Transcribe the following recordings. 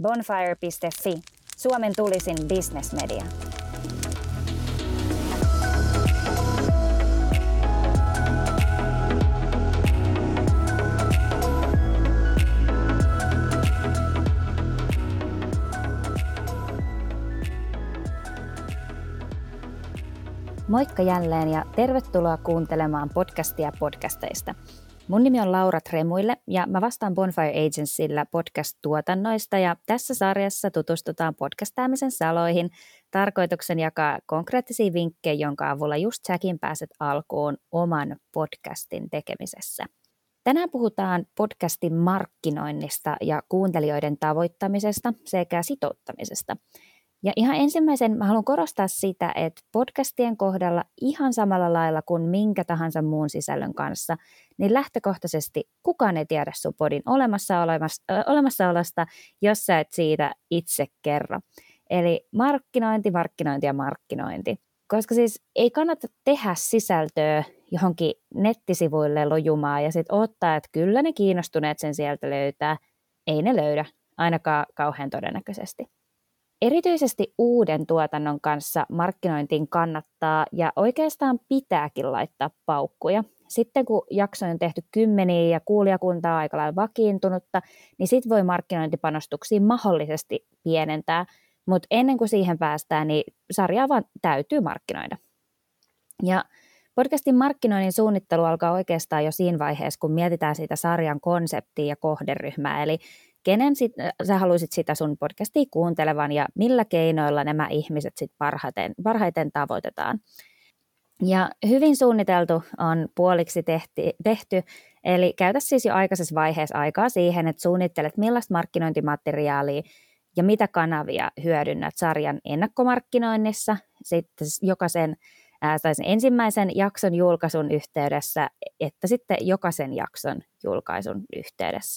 Bonfire.fi, Suomen tulisin businessmedia. Moikka jälleen ja tervetuloa kuuntelemaan podcastia podcasteista. Mun nimi on Laura Tremuille ja mä vastaan Bonfire Agencyllä podcast-tuotannoista ja tässä sarjassa tutustutaan podcastaamisen saloihin. Tarkoituksen jakaa konkreettisia vinkkejä, jonka avulla just säkin pääset alkuun oman podcastin tekemisessä. Tänään puhutaan podcastin markkinoinnista ja kuuntelijoiden tavoittamisesta sekä sitouttamisesta. Ja ihan ensimmäisen mä haluan korostaa sitä, että podcastien kohdalla ihan samalla lailla kuin minkä tahansa muun sisällön kanssa, niin lähtökohtaisesti kukaan ei tiedä sun podin olemassaolosta, jos sä et siitä itse kerro. Eli markkinointi. Koska siis ei kannata tehdä sisältöä johonkin nettisivuille lojumaa ja sitten odottaa, että kyllä ne kiinnostuneet sen sieltä löytää. Ei ne löydä, ainakaan kauhean todennäköisesti. Erityisesti uuden tuotannon kanssa markkinointiin kannattaa ja oikeastaan pitääkin laittaa paukkuja. Sitten kun jakso on tehty kymmeniä ja kuulijakunta on aika lailla vakiintunutta, niin sitten voi markkinointipanostuksia mahdollisesti pienentää, mutta ennen kuin siihen päästään, niin sarjaa vaan täytyy markkinoida. Ja podcastin markkinoinnin suunnittelu alkaa oikeastaan jo siinä vaiheessa, kun mietitään sitä sarjan konseptia ja kohderyhmää, eli kenen sä haluaisit sitä sun podcastia kuuntelevan ja millä keinoilla nämä ihmiset sit parhaiten tavoitetaan. Ja hyvin suunniteltu on puoliksi tehty, eli käytä siis jo aikaisessa vaiheessa aikaa siihen, että suunnittelet millaista markkinointimateriaalia ja mitä kanavia hyödynnät sarjan ennakkomarkkinoinnissa, sitten jokaisen sen ensimmäisen jakson julkaisun yhteydessä, että sitten jokaisen jakson julkaisun yhteydessä.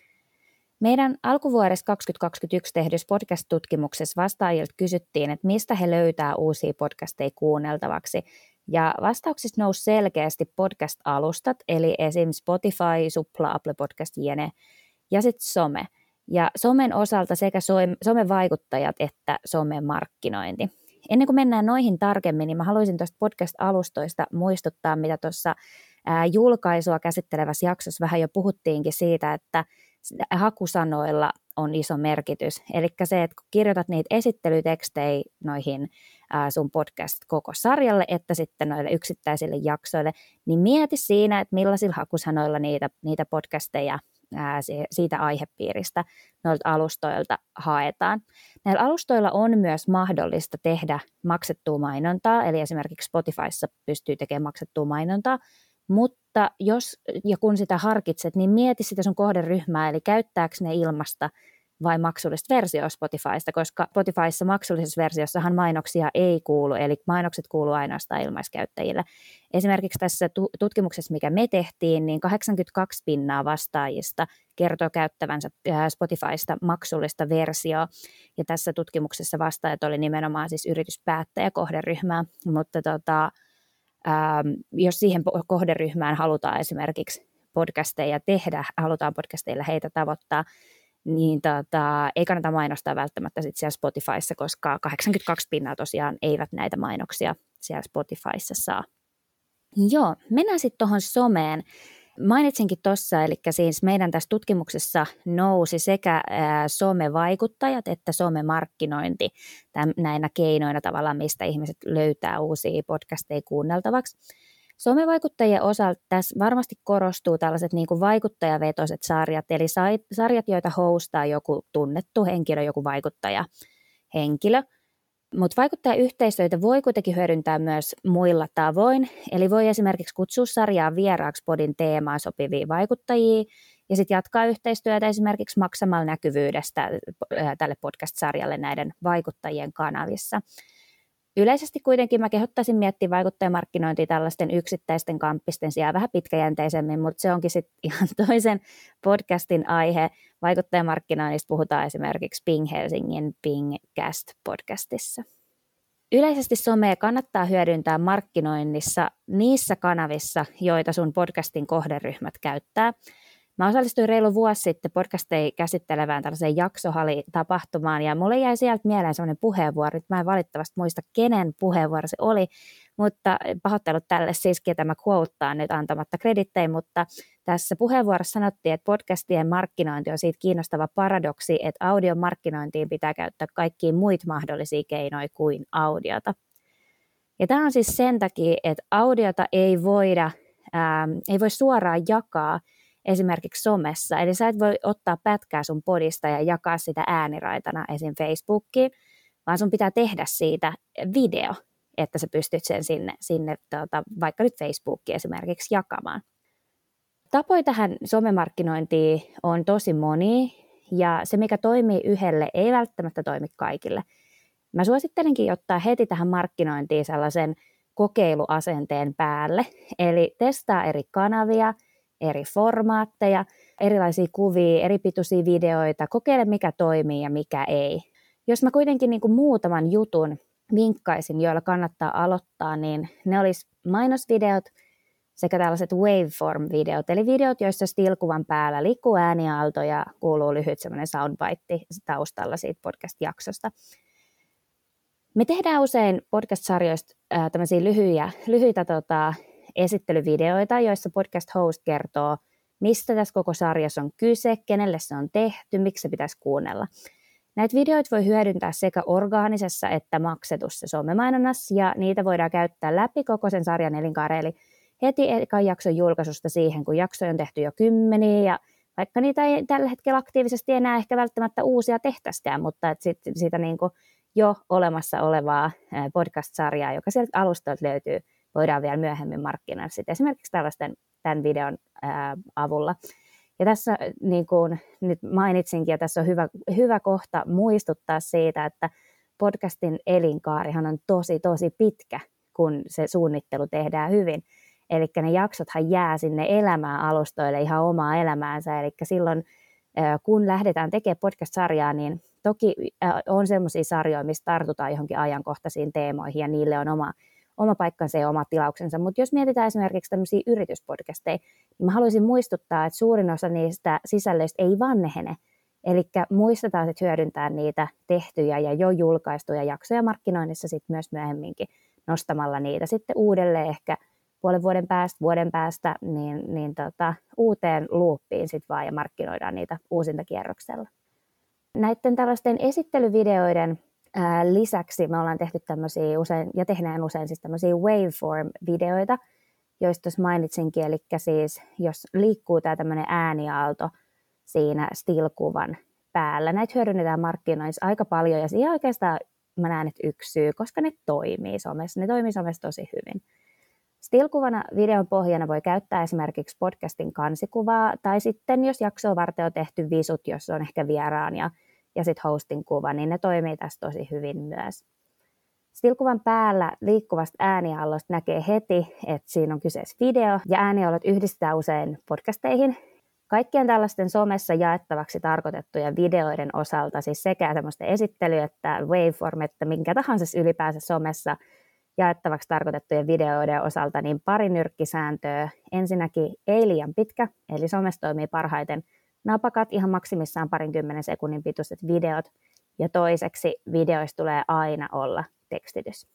Meidän alkuvuodessa 2021 tehdyssä podcast-tutkimuksessa vastaajilta kysyttiin, että mistä he löytää uusia podcasteja kuunneltavaksi. Ja vastauksissa nousi selkeästi podcast-alustat, eli esim. Spotify, Supla, Apple Podcast, Jene ja sitten some. Ja somen osalta sekä somevaikuttajat että somemarkkinointi. Ennen kuin mennään noihin tarkemmin, niin mä haluaisin tuosta podcast-alustoista muistuttaa, mitä tuossa julkaisua käsittelevässä jaksossa vähän jo puhuttiinkin siitä, että hakusanoilla on iso merkitys. Eli se, että kun kirjoitat niitä esittelytekstejä noihin sun podcast koko sarjalle, että sitten noille yksittäisille jaksoille, niin mieti siinä, että millaisilla hakusanoilla niitä podcasteja siitä aihepiiristä noilta alustoilta haetaan. Näillä alustoilla on myös mahdollista tehdä maksettua mainontaa, eli esimerkiksi Spotifyssa pystyy tekemään maksettua mainontaa, mutta jos ja kun sitä harkitset, niin mieti sitä sun kohderyhmää, eli käyttääkö ne ilmasta vai maksullista versiota Spotifysta, koska Spotifyssa maksullisessa versiossahan mainoksia ei kuulu, eli mainokset kuuluu ainoastaan ilmaiskäyttäjille. Esimerkiksi tässä tutkimuksessa, mikä me tehtiin, niin 82% vastaajista kertoo käyttävänsä Spotifysta maksullista versioa, ja tässä tutkimuksessa vastaajat oli nimenomaan siis yrityspäättäjäkohderyhmää, mutta jos siihen kohderyhmään halutaan esimerkiksi podcasteja tehdä, halutaan podcasteilla heitä tavoittaa, niin ei kannata mainostaa välttämättä sit siellä Spotifyssa, koska 82% tosiaan eivät näitä mainoksia siellä Spotifyssa saa. Joo, mennään sitten tuohon someen. Mainitsinkin tuossa, eli siis meidän tässä tutkimuksessa nousi sekä somevaikuttajat että somemarkkinointi näinä keinoina tavallaan, mistä ihmiset löytää uusia podcasteja kuunneltavaksi. Somevaikuttajien osalta tässä varmasti korostuu tällaiset niin kuin vaikuttajavetoiset sarjat, eli sarjat, joita hostaa joku tunnettu henkilö, joku vaikuttajahenkilö. Mutta vaikuttajayhteisöitä voi kuitenkin hyödyntää myös muilla tavoin, eli voi esimerkiksi kutsua sarjaan vieraaksi podin teemaan sopivia vaikuttajia ja sitten jatkaa yhteistyötä esimerkiksi maksamalla näkyvyydestä tälle podcast-sarjalle näiden vaikuttajien kanavissa. Yleisesti kuitenkin mä kehottaisin miettiä vaikuttajamarkkinointia tällaisten yksittäisten kamppisten sijaan vähän pitkäjänteisemmin, mutta se onkin sitten ihan toisen podcastin aihe. Vaikuttajamarkkinoinnista puhutaan esimerkiksi Ping Helsingin Pingcast-podcastissa. Yleisesti somea kannattaa hyödyntää markkinoinnissa niissä kanavissa, joita sun podcastin kohderyhmät käyttää. Mä osallistuin reilu vuosi sitten podcasteja käsittelevään tällaiseen jaksohali-tapahtumaan, ja mulle jäi sieltä mieleen sellainen puheenvuoro, että mä en valitettavasti muista, kenen puheenvuoro se oli, mutta pahoittelut tälle siis, ketä mä quoteaan nyt antamatta kredittejä, mutta tässä puheenvuorossa sanottiin, että podcastien markkinointi on siitä kiinnostava paradoksi, että audion markkinointiin pitää käyttää kaikkia muita mahdollisia keinoja kuin audiota. Ja tämä on siis sen takia, että audiota ei voi suoraan jakaa esimerkiksi somessa. Eli sä et voi ottaa pätkää sun podista ja jakaa sitä ääniraitana esim. Facebookiin, vaan sun pitää tehdä siitä video, että sä pystyt sen sinne vaikka nyt Facebookiin esimerkiksi jakamaan. Tapoja tähän somemarkkinointiin on tosi monia, ja se mikä toimii yhdelle ei välttämättä toimi kaikille. Mä suosittelenkin ottaa heti tähän markkinointiin sellaisen kokeiluasenteen päälle, eli testaa eri kanavia, eri formaatteja, erilaisia kuvia, eri pituisia videoita, kokeile mikä toimii ja mikä ei. Jos mä kuitenkin niin kuin muutaman jutun vinkkaisin, joilla kannattaa aloittaa, niin ne olisi mainosvideot sekä tällaiset waveform-videot, eli videot, joissa still-kuvan päällä liikkuu ääniaalto ja kuuluu lyhyt semmoinen soundbite taustalla siitä podcast-jaksosta. Me tehdään usein podcast-sarjoista tämmöisiä lyhyitä esittelyvideoita, joissa podcast host kertoo, mistä tässä koko sarjassa on kyse, kenelle se on tehty, miksi se pitäisi kuunnella. Näitä videoita voi hyödyntää sekä orgaanisessa että maksetussa somemainonnassa, ja niitä voidaan käyttää läpi koko sen sarjan elinkaaren, eli heti ekan jakson julkaisusta siihen, kun jaksoja on tehty jo 10, ja vaikka niitä ei tällä hetkellä aktiivisesti enää ehkä välttämättä uusia tehtäisikään, mutta siitä niin kuin jo olemassa olevaa podcast-sarjaa, joka sieltä alustoilta löytyy, voidaan vielä myöhemmin markkinoida sitten esimerkiksi tämän videon avulla. Ja tässä niin kuin nyt mainitsinkin, ja tässä on hyvä kohta muistuttaa siitä, että podcastin elinkaarihan on tosi pitkä, kun se suunnittelu tehdään hyvin. Eli ne jaksothan jää sinne elämään alustoille ihan omaa elämäänsä, eli silloin kun lähdetään tekemään podcast-sarjaa, niin toki on sellaisia sarjoja, missä tartutaan johonkin ajankohtaisiin teemoihin, ja niille on oma paikkansa ja oma tilauksensa. Mutta jos mietitään esimerkiksi tämmöisiä yrityspodcasteja, niin mä haluaisin muistuttaa, että suurin osa niistä sisällöistä ei vanhene. Eli muistetaan sitten hyödyntää niitä tehtyjä ja jo julkaistuja jaksoja markkinoinnissa sitten myös myöhemminkin nostamalla niitä sitten uudelleen ehkä vuoden päästä uuteen looppiin sitten vaan ja markkinoidaan niitä uusintakierroksella. Näiden tällaisten esittelyvideoiden lisäksi me ollaan tehty tämmöisiä usein, ja tehdään usein siis tämmöisiä waveform-videoita, joista tuossa mainitsinkin, eli siis jos liikkuu tämä tämmöinen ääniaalto siinä still-kuvan päällä, näitä hyödynnetään markkinoissa aika paljon, ja siihen oikeastaan mä näen, että yksi syy, koska ne toimii somessa tosi hyvin. Still-kuvana videon pohjana voi käyttää esimerkiksi podcastin kansikuvaa, tai sitten jos jaksoa varten on tehty visut, jos on ehkä vieraan ja sitten hostin kuva, niin ne toimii tässä tosi hyvin myös. Still-kuvan päällä liikkuvasta ääniaallosta näkee heti, että siinä on kyseessä video, ja ääniaallot yhdistetään usein podcasteihin. Kaikkien tällaisten somessa jaettavaksi tarkoitettujen videoiden osalta, siis sekä tämmöistä esittelyä että waveform, että minkä tahansa ylipäänsä somessa jaettavaksi tarkoitettujen videoiden osalta, niin pari nyrkkisääntöä. Ensinnäkin ei liian pitkä, eli somessa toimii parhaiten napakat, ihan maksimissaan 20 sekunnin pituiset videot, ja toiseksi videoissa tulee aina olla tekstitys.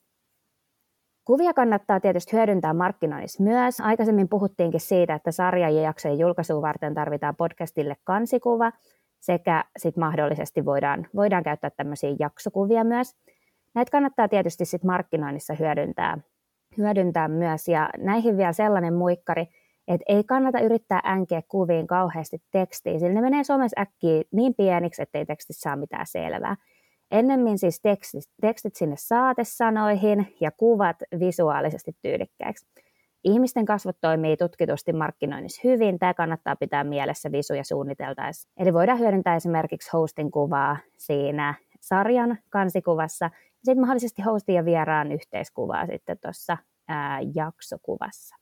Kuvia kannattaa tietysti hyödyntää markkinoinnissa myös. Aikaisemmin puhuttiinkin siitä, että sarjan ja jaksojen julkaisua varten tarvitaan podcastille kansikuva, sekä sit mahdollisesti voidaan käyttää tämmöisiä jaksokuvia myös. Näitä kannattaa tietysti sit markkinoinnissa hyödyntää myös, ja näihin vielä sellainen muikkari, että ei kannata yrittää änkeä kuviin kauheasti tekstiä, sillä ne menee somessa äkkiä niin pieniksi, ettei tekstissä saa mitään selvää. Ennemmin siis tekstit sinne saatesanoihin ja kuvat visuaalisesti tyylikkäiksi. Ihmisten kasvot toimii tutkitusti markkinoinnissa hyvin, tämä kannattaa pitää mielessä visuja suunniteltaessa. Eli voidaan hyödyntää esimerkiksi hostin kuvaa siinä sarjan kansikuvassa, ja sitten mahdollisesti hostin ja vieraan yhteiskuvaa sitten tuossa jaksokuvassa.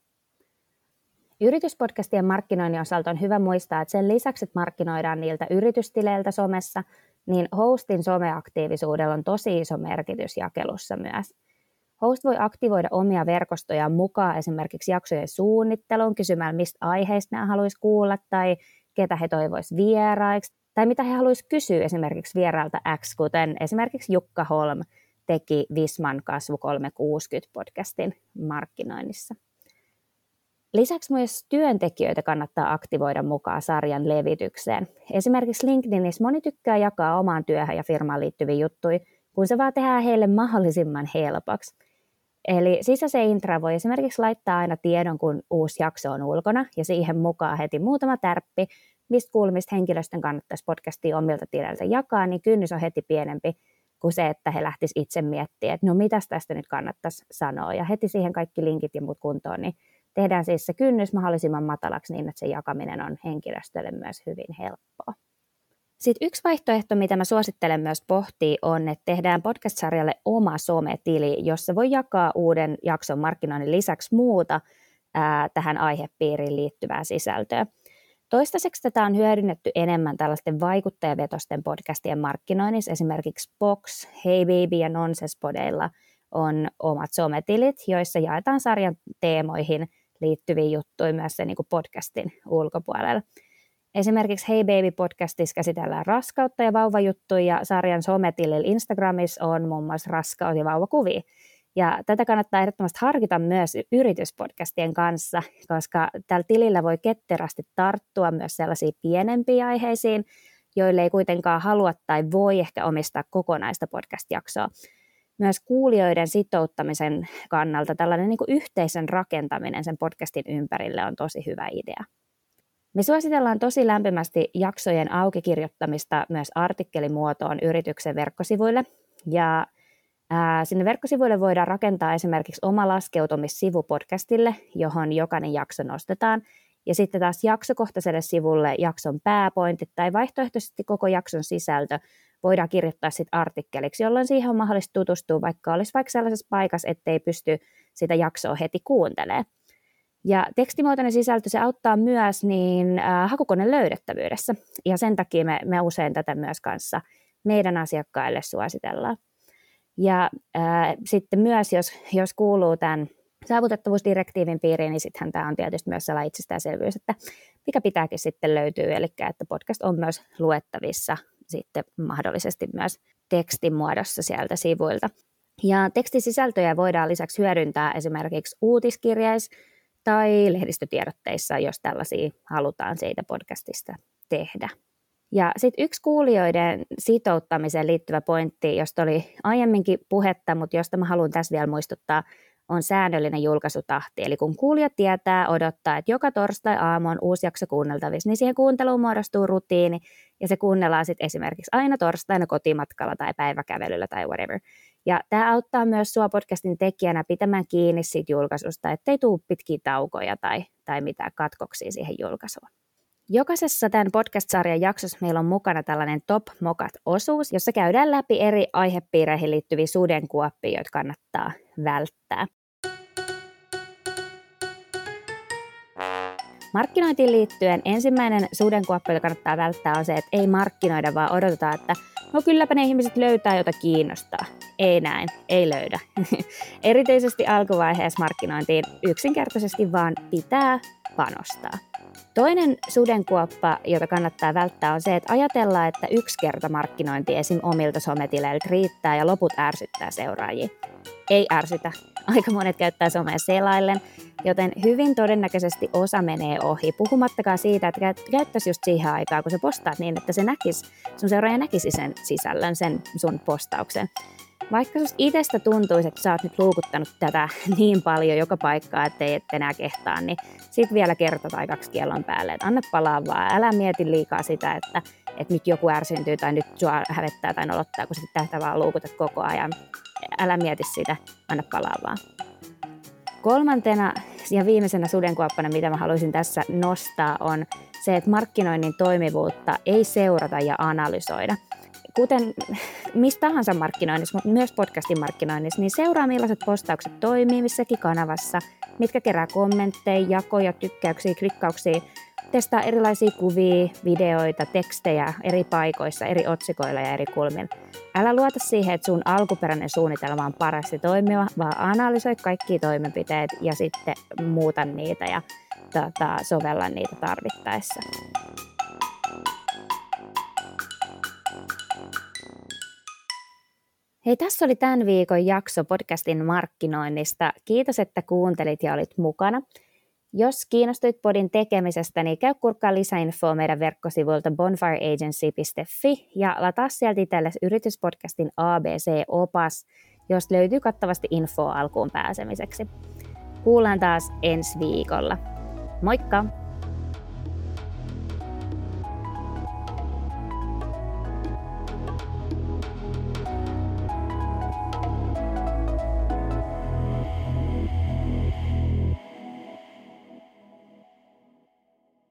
Yrityspodcastien markkinoinnin osalta on hyvä muistaa, että sen lisäksi, että markkinoidaan niiltä yritystileiltä somessa, niin hostin someaktiivisuudella on tosi iso merkitys jakelussa myös. Host voi aktivoida omia verkostojaan mukaan esimerkiksi jaksojen suunnitteluun kysymällä, mistä aiheista nämä haluaisi kuulla tai ketä he toivoisivat vieraiksi, tai mitä he haluaisivat kysyä esimerkiksi vierailta X, kuten esimerkiksi Jukka Holm teki Visman Kasvu 360-podcastin markkinoinnissa. Lisäksi myös työntekijöitä kannattaa aktivoida mukaan sarjan levitykseen. Esimerkiksi LinkedInissä moni tykkää jakaa omaan työhön ja firmaan liittyviä juttuja, kun se vaan tehdään heille mahdollisimman helpoksi. Eli sisäisen intra voi esimerkiksi laittaa aina tiedon, kun uusi jakso on ulkona, ja siihen mukaan heti muutama tärppi, mistä kuulumista henkilöstön kannattaisi podcastia omilta tileiltä jakaa, niin kynnys on heti pienempi kuin se, että he lähtisivät itse miettimään, että no mitäs tästä nyt kannattaisi sanoa, ja heti siihen kaikki linkit ja muut kuntoon, niin tehdään siis se kynnys mahdollisimman matalaksi niin, että se jakaminen on henkilöstölle myös hyvin helppoa. Sitten yksi vaihtoehto, mitä mä suosittelen myös pohtia, on, että tehdään podcast-sarjalle oma sometili, jossa voi jakaa uuden jakson markkinoinnin lisäksi muuta tähän aihepiiriin liittyvää sisältöä. Toistaiseksi tätä on hyödynnetty enemmän tällaisten vaikuttajavetosten podcastien markkinoinnissa. Esimerkiksi Box, Hey Baby ja Nonsense-podeilla on omat sometilit, joissa jaetaan sarjan teemoihin liittyviä juttuja myös se niin kuin podcastin ulkopuolella. Esimerkiksi Hey Baby-podcastissa käsitellään raskautta ja vauvajuttuja, ja sarjan sometilillä Instagramissa on muun muassa raskaus- ja vauvakuvia. Ja tätä kannattaa ehdottomasti harkita myös yrityspodcastien kanssa, koska tällä tilillä voi ketterästi tarttua myös sellaisiin pienempiin aiheisiin, joille ei kuitenkaan halua tai voi ehkä omistaa kokonaista podcast-jaksoa. Myös kuulijoiden sitouttamisen kannalta tällainen niin kuin yhteisön rakentaminen sen podcastin ympärille on tosi hyvä idea. Me suositellaan tosi lämpimästi jaksojen aukikirjoittamista myös artikkelimuotoon yrityksen verkkosivuille. Ja sinne verkkosivuille voidaan rakentaa esimerkiksi oma laskeutumissivu podcastille, johon jokainen jakso nostetaan. Ja sitten taas jaksokohtaiselle sivulle jakson pääpointit tai vaihtoehtoisesti koko jakson sisältö voidaan kirjoittaa sitten artikkeliksi, jolloin siihen on mahdollista tutustua, vaikka olisi vaikka sellaisessa paikassa, ettei pysty sitä jaksoa heti kuuntelemaan. Ja tekstimuotoinen sisältö se auttaa myös hakukoneen löydettävyydessä, ja sen takia me usein tätä myös kanssa meidän asiakkaille suositellaan. Ja sitten myös, jos kuuluu tämän saavutettavuusdirektiivin piiriin, niin sittenhän tämä on tietysti myös sellainen itsestäänselvyys, että mikä pitääkin sitten löytyy, eli että podcast on myös luettavissa sitten mahdollisesti myös tekstimuodossa sieltä sivuilta. Ja tekstisisältöjä voidaan lisäksi hyödyntää esimerkiksi uutiskirjeissä tai lehdistötiedotteissa, jos tällaisia halutaan siitä podcastista tehdä. Ja sitten yksi kuulijoiden sitouttamiseen liittyvä pointti, josta oli aiemminkin puhetta, mutta josta mä haluan tässä vielä muistuttaa, on säännöllinen julkaisutahti. Eli kun kuulijat odottaa, että joka torstai-aamu on uusi jakso kuunneltavissa, niin siihen kuunteluun muodostuu rutiini, ja se kuunnellaan sitten esimerkiksi aina torstaina kotimatkalla tai päiväkävelyllä tai whatever. Ja tämä auttaa myös sua podcastin tekijänä pitämään kiinni siitä julkaisusta, ettei tule pitkiä taukoja tai mitään katkoksia siihen julkaisuun. Jokaisessa tämän podcast-sarjan jaksossa meillä on mukana tällainen Top Mokat-osuus, jossa käydään läpi eri aihepiireihin liittyviä sudenkuoppia, joita kannattaa välttää. Markkinointiin liittyen ensimmäinen sudenkuoppa, jota kannattaa välttää, on se, että ei markkinoida, vaan odotetaan, että no kylläpä ne ihmiset löytää, jota kiinnostaa. Ei näin, ei löydä. Erityisesti alkuvaiheessa markkinointiin yksinkertaisesti vaan pitää panostaa. Toinen sudenkuoppa, jota kannattaa välttää, on se, että ajatellaan, että yksi kerta markkinointi esim. Omilta sometileiltä riittää ja loput ärsyttää seuraajia. Ei ärsytä. Aika monet käyttää somea selaillen, joten hyvin todennäköisesti osa menee ohi. Puhumattakaan siitä, että käyttäisi just siihen aikaan, kun sä postaat niin, että sun seuraaja näkisi sen sisällön, sen sun postauksen. Vaikka susta itsestä tuntuisi, että sä oot nyt luukuttanut tätä niin paljon joka paikkaa, ettei et enää kehtaa, niin sit vielä kerta tai kaksi kiellon päälle, että anna palaa vaan. Älä mieti liikaa sitä, että nyt joku ärsyntyy tai nyt sua hävettää tai nolottaa, kun sit tätä vaan luukutat koko ajan. Älä mieti sitä, anna palaa vaan. Kolmantena ja viimeisenä sudenkuoppana, mitä mä haluaisin tässä nostaa, on se, että markkinoinnin toimivuutta ei seurata ja analysoida. Kuten mistä tahansa markkinoinnissa, mutta myös podcastin markkinoinnissa, niin seuraa millaiset postaukset toimii missäkin kanavassa, mitkä kerää kommentteja, jakoja, tykkäyksiä, klikkauksia, testaa erilaisia kuvia, videoita, tekstejä eri paikoissa, eri otsikoilla ja eri kulmilla. Älä luota siihen, että sun alkuperäinen suunnitelma on parasti toimiva, vaan analysoi kaikkia toimenpiteet ja sitten muuta niitä ja sovella niitä tarvittaessa. Hei, tässä oli tämän viikon jakso podcastin markkinoinnista. Kiitos, että kuuntelit ja olit mukana. Jos kiinnostuit podin tekemisestä, niin käy kurkkaa lisäinfoa meidän verkkosivuilta bonfireagency.fi ja lataa sieltä itsellesi yrityspodcastin ABC-opas, josta löytyy kattavasti infoa alkuun pääsemiseksi. Kuullaan taas ensi viikolla. Moikka!